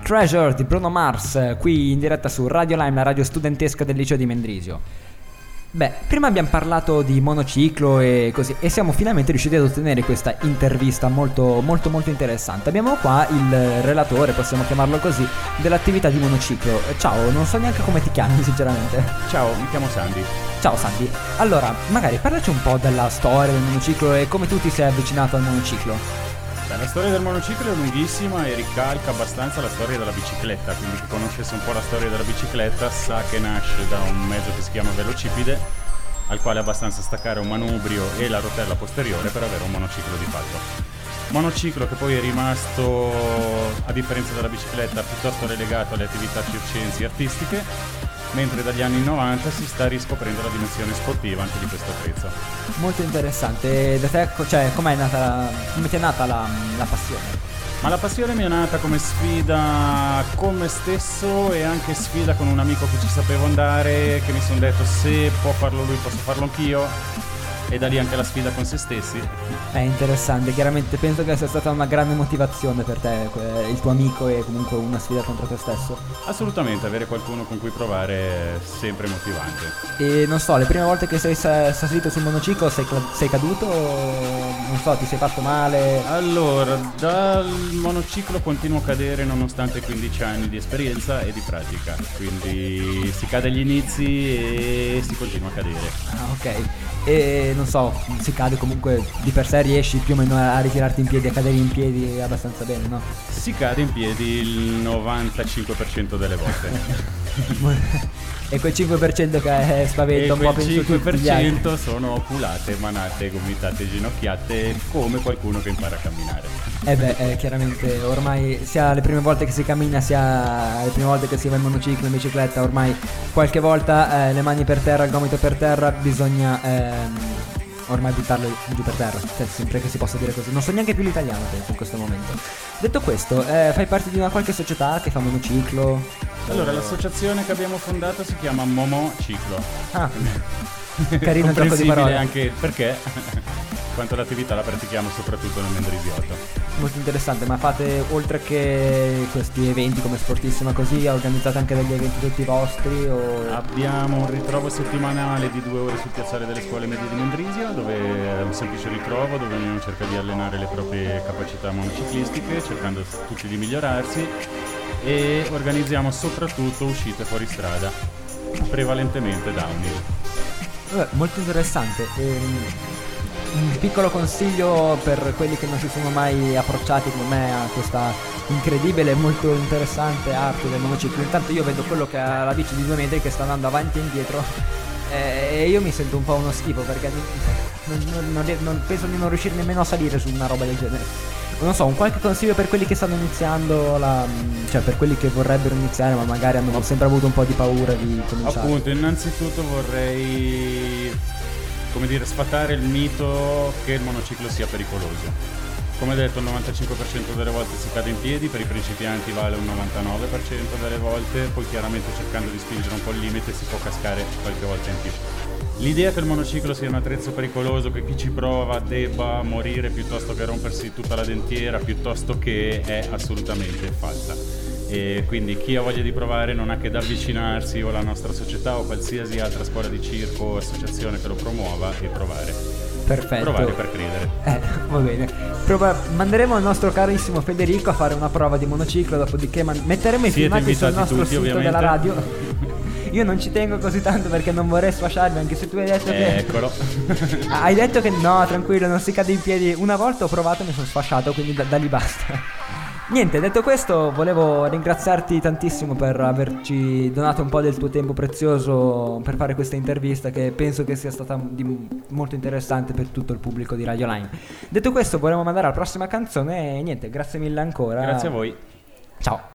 Treasure di Bruno Mars, qui in diretta su Radio Lime, la radio studentesca del liceo di Mendrisio. Beh, prima abbiamo parlato di monociclo e così, e siamo finalmente riusciti ad ottenere questa intervista molto interessante. Abbiamo qua il relatore, possiamo chiamarlo così, dell'attività di monociclo. Ciao, non so neanche come ti chiami sinceramente. Ciao, mi chiamo Sandy. Ciao Sandy, allora magari parlaci un po' della storia del monociclo e come tu ti sei avvicinato al monociclo. La storia del monociclo è lunghissima e ricalca abbastanza la storia della bicicletta, quindi chi conoscesse un po' la storia della bicicletta sa che nasce da un mezzo che si chiama velocipede, al quale è abbastanza staccare un manubrio e la rotella posteriore per avere un monociclo di fatto. Monociclo che poi è rimasto, a differenza della bicicletta, piuttosto relegato alle attività circensi e artistiche, mentre dagli anni 90 si sta riscoprendo la dimensione sportiva anche di questo attrezzo. Molto interessante. Da te, cioè, come ti è nata la passione? Ma la passione mi è nata come sfida con me stesso e anche sfida con un amico che ci sapevo andare, che mi sono detto se può farlo lui posso farlo anch'io, e da lì anche la sfida con se stessi. È interessante, chiaramente penso che sia stata una grande motivazione per te, il tuo amico, e comunque una sfida contro te stesso. Assolutamente, avere qualcuno con cui provare è sempre motivante. E non so, le prime volte che sei salito sul monociclo sei caduto? Non so, ti sei fatto male? Allora, dal monociclo continuo a cadere nonostante 15 anni di esperienza e di pratica, quindi si cade agli inizi e si continua a cadere. Ah, ok. E non so, si cade comunque di per sé, riesci più o meno a ritirarti in piedi, a cadere in piedi abbastanza bene, no? Si cade in piedi il 95% delle volte. E quel 5% che spaventa un po', penso quel 5% sono culate, manate, gomitate, ginocchiate, come qualcuno che impara a camminare. Chiaramente ormai sia le prime volte che si cammina sia le prime volte che si va in monociclo, in bicicletta, ormai qualche volta le mani per terra, il gomito per terra, bisogna ormai buttarlo giù per terra, cioè, sempre che si possa dire così. Non so neanche più l'italiano, penso, in questo momento. Detto questo, fai parte di una qualche società che fa monociclo? Allora, l'associazione che abbiamo fondato si chiama Momo Ciclo. Ah, carino il gioco di parole. Anche perché quanto l'attività la pratichiamo soprattutto nel Mendrisiotto. Molto interessante, ma fate, oltre che questi eventi come Sportissima così, organizzate anche degli eventi tutti vostri? O... Abbiamo un ritrovo settimanale di 2 ore sul piazzale delle scuole medie di Mendrisio, dove è un semplice ritrovo dove ognuno cerca di allenare le proprie capacità monociclistiche, cercando tutti di migliorarsi, e organizziamo soprattutto uscite fuori strada, prevalentemente downhill. Molto interessante. Un piccolo consiglio per quelli che non si sono mai approcciati come me a questa incredibile e molto interessante arte del monociclo. Intanto io vedo quello che ha la bici di 2 metri che sta andando avanti e indietro, e io mi sento un po' uno schifo perché non penso di non riuscire nemmeno a salire su una roba del genere. Non so, un qualche consiglio per quelli che stanno iniziando, cioè per quelli che vorrebbero iniziare ma magari hanno sempre avuto un po' di paura di cominciare? Appunto, innanzitutto vorrei, come dire, sfatare il mito che il monociclo sia pericoloso. Come detto, il 95% delle volte si cade in piedi, per i principianti vale un 99% delle volte, poi chiaramente cercando di spingere un po' il limite si può cascare qualche volta in più. L'idea che il monociclo sia un attrezzo pericoloso, che chi ci prova debba morire piuttosto che rompersi tutta la dentiera, piuttosto che, è assolutamente falsa. E quindi chi ha voglia di provare non ha che da avvicinarsi o alla nostra società o qualsiasi altra scuola di circo o associazione che lo promuova e provare. Perfetto. Provare per credere. Va bene. Manderemo il nostro carissimo Federico a fare una prova di monociclo, dopodiché metteremo i filmati sul nostro tutti, sito ovviamente. della radio. Io non ci tengo così tanto perché non vorrei sfasciarmi, anche se tu hai detto che... Eccolo. Hai detto che no, tranquillo, non si cade in piedi. Una volta ho provato e mi sono sfasciato, quindi da lì basta. Niente, detto questo, volevo ringraziarti tantissimo per averci donato un po' del tuo tempo prezioso per fare questa intervista, che penso che sia stata molto interessante per tutto il pubblico di Radio Line. Detto questo, vorremmo mandare alla prossima canzone e niente, grazie mille ancora. Grazie a voi. Ciao.